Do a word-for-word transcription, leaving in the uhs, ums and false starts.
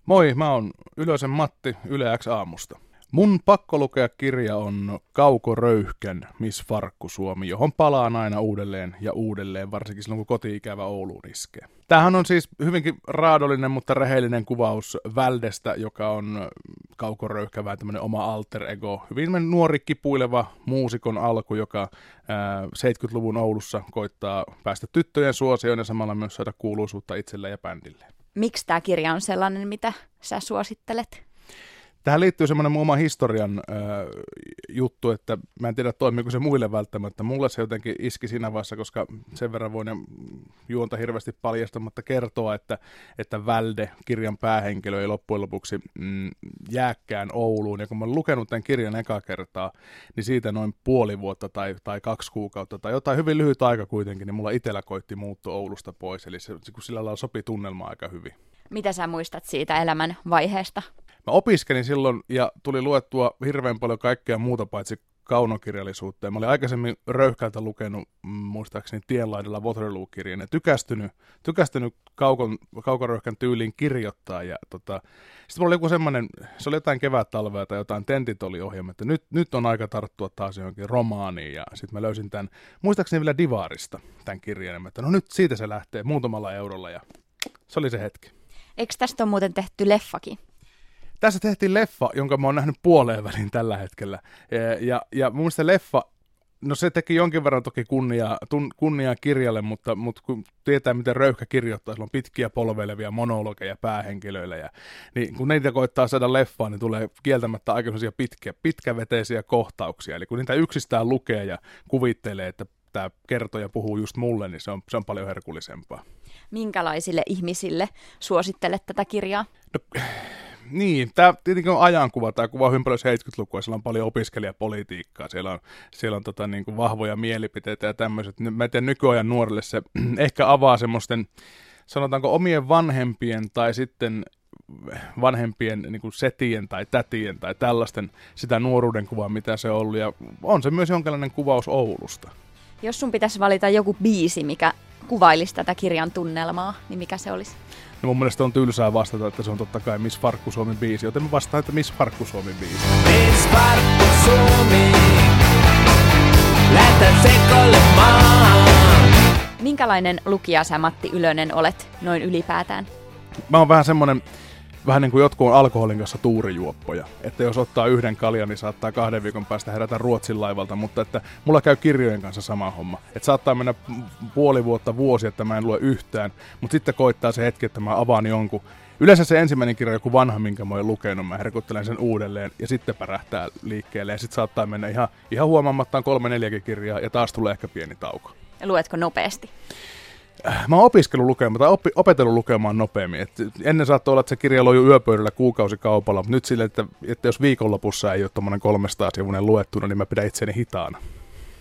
Moi, mä oon Ylösen Matti Yle X aamusta. Mun pakkolukea kirja on Kauko Röyhkän Miss Farkku Suomi, johon palaan aina uudelleen ja uudelleen, varsinkin silloin kun koti-ikävä Ouluun iskee. Tämähän on siis hyvinkin raadollinen, mutta rehellinen kuvaus Väldestä, joka on Kauko Röyhkä, vähän tämmöinen oma alter ego. Hyvin nuori kipuileva muusikon alku, joka ää, seitsemänkymmentäluvun Oulussa koittaa päästä tyttöjen suosioon ja samalla myös saada kuuluisuutta itselleen ja bändille. Miksi tämä kirja on sellainen, mitä sä suosittelet? Tähän liittyy semmoinen mun oma historian äh, juttu, että mä en tiedä toimiiko se muille välttämättä. Mulle se jotenkin iski siinä vaiheessa, koska sen verran voin juonta hirveästi paljastamatta kertoa, että, että Välde, kirjan päähenkilö, ei loppujen lopuksi mm, jääkään Ouluun. Ja kun mä olen lukenut tämän kirjan ekaa kertaa, niin siitä noin puoli vuotta tai, tai kaksi kuukautta tai jotain hyvin lyhyt aika kuitenkin, niin mulla itsellä koitti muuttua Oulusta pois. Eli se, kun sillä lailla sopi tunnelma aika hyvin. Mitä sä muistat siitä elämän vaiheesta? Mä opiskelin silloin ja tuli luettua hirveän paljon kaikkea muuta paitsi kaunokirjallisuutta. Ja mä olin aikaisemmin Röyhkältä lukenut, muistaakseni Tienlaidalla Waterloo-kirjan ja tykästynyt, tykästynyt Kaukon, Kauko Röyhkän tyyliin kirjoittaa. Ja tota, sitten mulla oli joku semmoinen, se oli jotain kevät-talvea tai jotain tentit oli ohjelma, että nyt, nyt on aika tarttua taas johonkin romaaniin. Ja sitten mä löysin tämän, muistaakseni vielä Divaarista tämän kirjan, että no nyt siitä se lähtee muutamalla eurolla ja se oli se hetki. Eikö tästä ole muuten tehty leffakin? Tässä tehtiin leffa, jonka mä oon nähnyt puoleen väliin tällä hetkellä. Ja, ja, ja mun mielestä leffa, no se teki jonkin verran toki kunniaa, tun, kunniaa kirjalle, mutta, mutta kun tietää, miten Röyhkä kirjoittaa, sillä on pitkiä polveilevia monologeja päähenkilöillä. Ja, niin kun niitä koittaa saada leffaan, niin tulee kieltämättä aika sellaisia pitkä, pitkäveteisiä kohtauksia. Eli kun niitä yksistään lukee ja kuvittelee, että tämä kertoja puhuu just mulle, niin se on, se on paljon herkullisempaa. Minkälaisille ihmisille suosittelet tätä kirjaa? No, niin, tämä tietenkin on ajankuva, tämä kuva on hyvin paljon seitsemänkymmentälukua, siellä on paljon opiskelijapolitiikkaa, siellä on, siellä on tota, niin kuin vahvoja mielipiteitä ja tämmöiset. Mä en tiedä, nykyajan nuorille se ehkä avaa semmoisten, sanotaanko omien vanhempien tai sitten vanhempien niin kuin setien tai tätien tai tällaisten sitä nuoruuden kuvaa, mitä se on ollut, ja on se myös jonkinlainen kuvaus Oulusta. Jos sun pitäisi valita joku biisi, mikä kuvailisi tätä kirjan tunnelmaa, niin mikä se olisi? No mun mielestä on tylsää vastata, että se on totta kai Miss Farkku Suomi biisi, joten mä vastaan, että Miss Farkku Suomi biisi. Miss Farkku Suomi, lähtä sekoilemaan. Minkälainen lukija sä, Matti Ylönen, olet noin ylipäätään? Mä oon vähän semmonen, vähän niin kuin jotkut on alkoholin kanssa tuurijuoppoja. Että jos ottaa yhden kaljan, niin saattaa kahden viikon päästä herätä Ruotsin laivalta, mutta että mulla käy kirjojen kanssa sama homma. Että saattaa mennä puoli vuotta, vuosi, että mä en lue yhtään, mutta sitten koittaa se hetki, että mä avaan jonkun. Yleensä se ensimmäinen kirja on joku vanha, minkä mä oon lukenut, mä herkuttelen sen uudelleen ja sitten pärähtää liikkeelle. Ja sitten saattaa mennä ihan, ihan huomaamattaan kolme neljäkin kirjaa ja taas tulee ehkä pieni tauko. Ja luetko nopeasti? Mä oon opiskellut lukemaan tai oppi, opetellut lukemaan nopeammin. Et ennen saattoi olla, että se kirja loi kuukausi kuukausikaupalla, mutta nyt sille, että, että jos viikonlopussa ei ole tuommoinen kolmesataa sivuinen luettuna, niin mä pidän itseäni hitaana.